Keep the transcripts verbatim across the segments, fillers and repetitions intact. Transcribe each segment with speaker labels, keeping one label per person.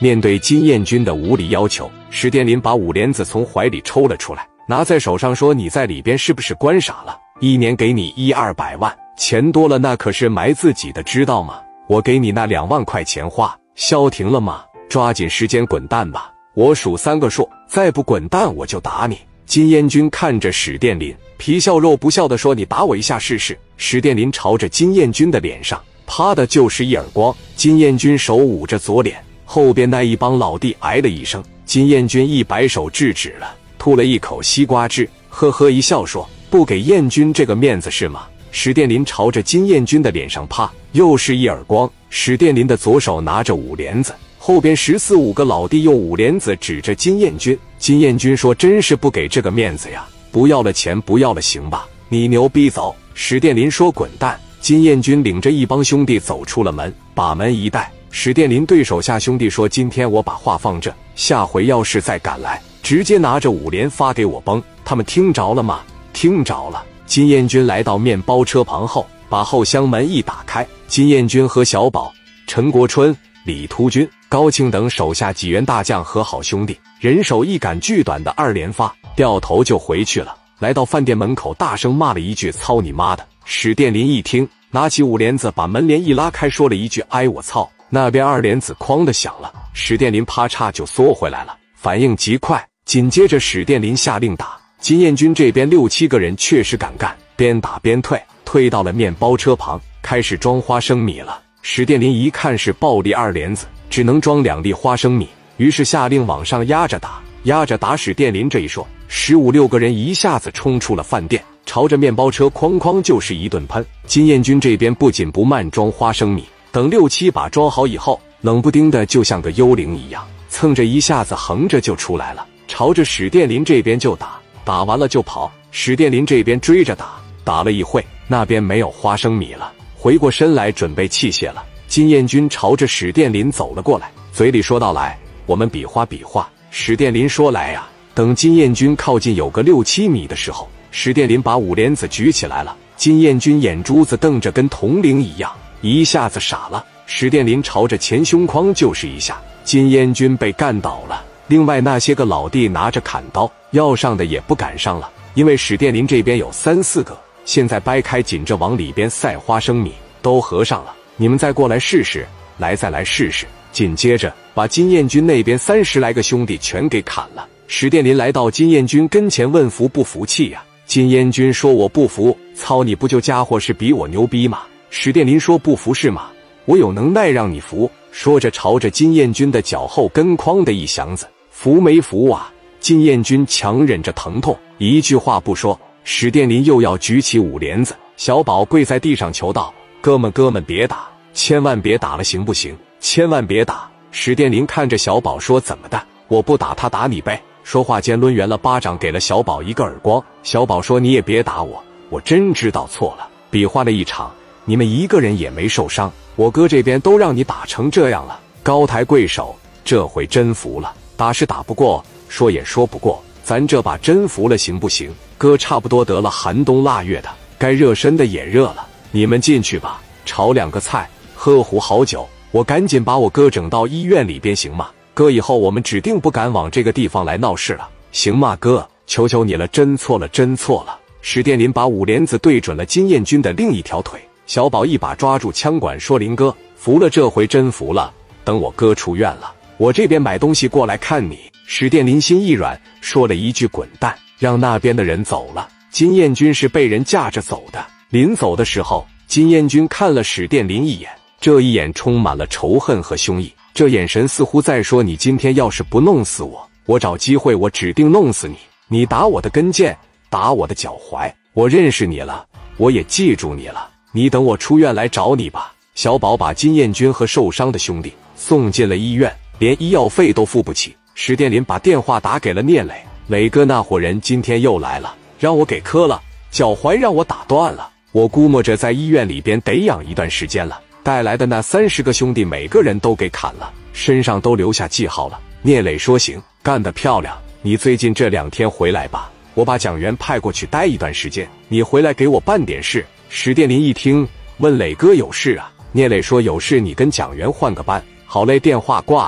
Speaker 1: 面对金彦军的无理要求，史殿林把五莲子从怀里抽了出来，拿在手上说：“你在里边是不是关傻了？一年给你一二百万，钱多了那可是埋自己的，知道吗？我给你那两万块钱花，消停了吗？抓紧时间滚蛋吧！我数三个数，再不滚蛋我就打你。”金彦军看着史殿林，皮笑肉不笑地说：“你打我一下试试。”史殿林朝着金彦军的脸上啪的就是一耳光，金彦军手捂着左脸，后边那一帮老弟哎了一声，金彦军一摆手制止了，吐了一口西瓜汁，呵呵一笑说：“不给彦军这个面子是吗？”史殿林朝着金彦军的脸上啪又是一耳光，史殿林的左手拿着五莲子，后边十四五个老弟用五莲子指着金彦军。金彦军说：“真是不给这个面子呀！不要了钱，不要了，行吧？你牛逼，走！”史殿林说：“滚蛋！”金彦军领着一帮兄弟走出了门，把门一带，史殿林对手下兄弟说：“今天我把话放这，下回要是再敢来，直接拿着五连发给我崩！”他们听着了吗？听着了。金彦军来到面包车旁后，把后厢门一打开，金彦军和小宝、陈国春、李突军、高庆等手下几员大将和好兄弟，人手一杆巨短的二连发，掉头就回去了。来到饭店门口，大声骂了一句：“操你妈的！”史殿林一听，拿起五莲子把门帘一拉开，说了一句：“哎我操！”那边二莲子哐的响了，史殿林啪嚓就缩回来了，反应极快。紧接着史殿林下令打，金彦军这边六七个人确实敢干，边打边退，退到了面包车旁，开始装花生米了。史殿林一看是暴力二莲子，只能装两粒花生米，于是下令往上压着打，压着打。史殿林这一说，十五六个人一下子冲出了饭店，朝着面包车哐哐就是一顿喷。金彦军这边不紧不慢装花生米，等六七把装好以后，冷不丁的就像个幽灵一样，蹭着一下子横着就出来了，朝着史殿林这边就打，打完了就跑。史殿林这边追着打，打了一会，那边没有花生米了，回过身来准备器械了。金彦军朝着史殿林走了过来，嘴里说道：“来，我们比划比划。”史殿林说：“来呀。”等金彦军靠近有个六七米的时候，史殿林把五莲子举起来了。金彦军眼珠子瞪着跟铜铃一样，一下子傻了。史殿林朝着前胸框就是一下，金彦军被干倒了。另外那些个老弟拿着砍刀，要上的也不敢上了，因为史殿林这边有三四个，现在掰开紧着往里边塞花生米，都合上了。你们再过来试试，来再来试试。紧接着把金彦军那边三十来个兄弟全给砍了。史殿林来到金彦军跟前问服不服气呀、啊？金彦军说：“我不服，操你不就家伙是比我牛逼吗？”史殿林说：“不服是吗？我有能耐让你服。”说着朝着金彦军的脚后跟哐的一响子，服没服啊？金彦军强忍着疼痛，一句话不说。史殿林又要举起五莲子，小宝跪在地上求道：“哥们哥们别打，千万别打了行不行？千万别打！”史殿林看着小宝说：“怎么的？我不打他打你呗？”说话间抡圆了巴掌给了小宝一个耳光。小宝说：“你也别打我，我真知道错了。比划了一场，你们一个人也没受伤，我哥这边都让你打成这样了。”高抬贵手，这回真服了。打是打不过，说也说不过，咱这把真服了行不行？哥差不多得了寒冬腊月的，该热身的也热了，你们进去吧，炒两个菜，喝壶好酒，我赶紧把我哥整到医院里边行吗？哥以后我们指定不敢往这个地方来闹事了，行吗？哥，求求你了，真错了，真错了。史殿林把五莲子对准了金彦军的另一条腿，小宝一把抓住枪管说：“林哥，服了，这回真服了，等我哥出院了，我这边买东西过来看你。”史殿林心一软，说了一句：“滚蛋！”让那边的人走了。金彦军是被人架着走的，临走的时候，金彦军看了史殿林一眼，这一眼充满了仇恨和凶意，这眼神似乎在说：“你今天要是不弄死我，我找机会我指定弄死你。你打我的跟腱，打我的脚踝，我认识你了，我也记住你了，你等我出院来找你吧。”小宝把金彦军和受伤的兄弟送进了医院，连医药费都付不起。史殿林把电话打给了聂磊：“磊哥，那伙人今天又来了，让我给磕了，脚踝让我打断了，我估摸着在医院里边得养一段时间了。带来的那三十个兄弟每个人都给砍了，身上都留下记号了。”聂磊说：“行，干得漂亮，你最近这两天回来吧，我把蒋元派过去待一段时间，你回来给我办点事。”史殿林一听，问：“磊哥有事啊？”聂磊说：“有事你跟蒋元换个班。”好嘞，电话挂了。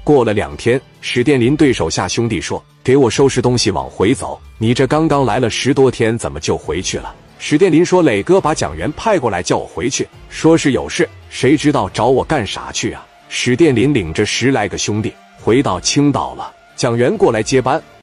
Speaker 1: 过了两天，史殿林对手下兄弟说：“给我收拾东西往回走，你这刚刚来了十多天，怎么就回去了？”史殿林说：“磊哥把蒋元派过来叫我回去，说是有事，谁知道找我干啥去啊？”史殿林领着十来个兄弟回到青岛了。蒋元过来接班，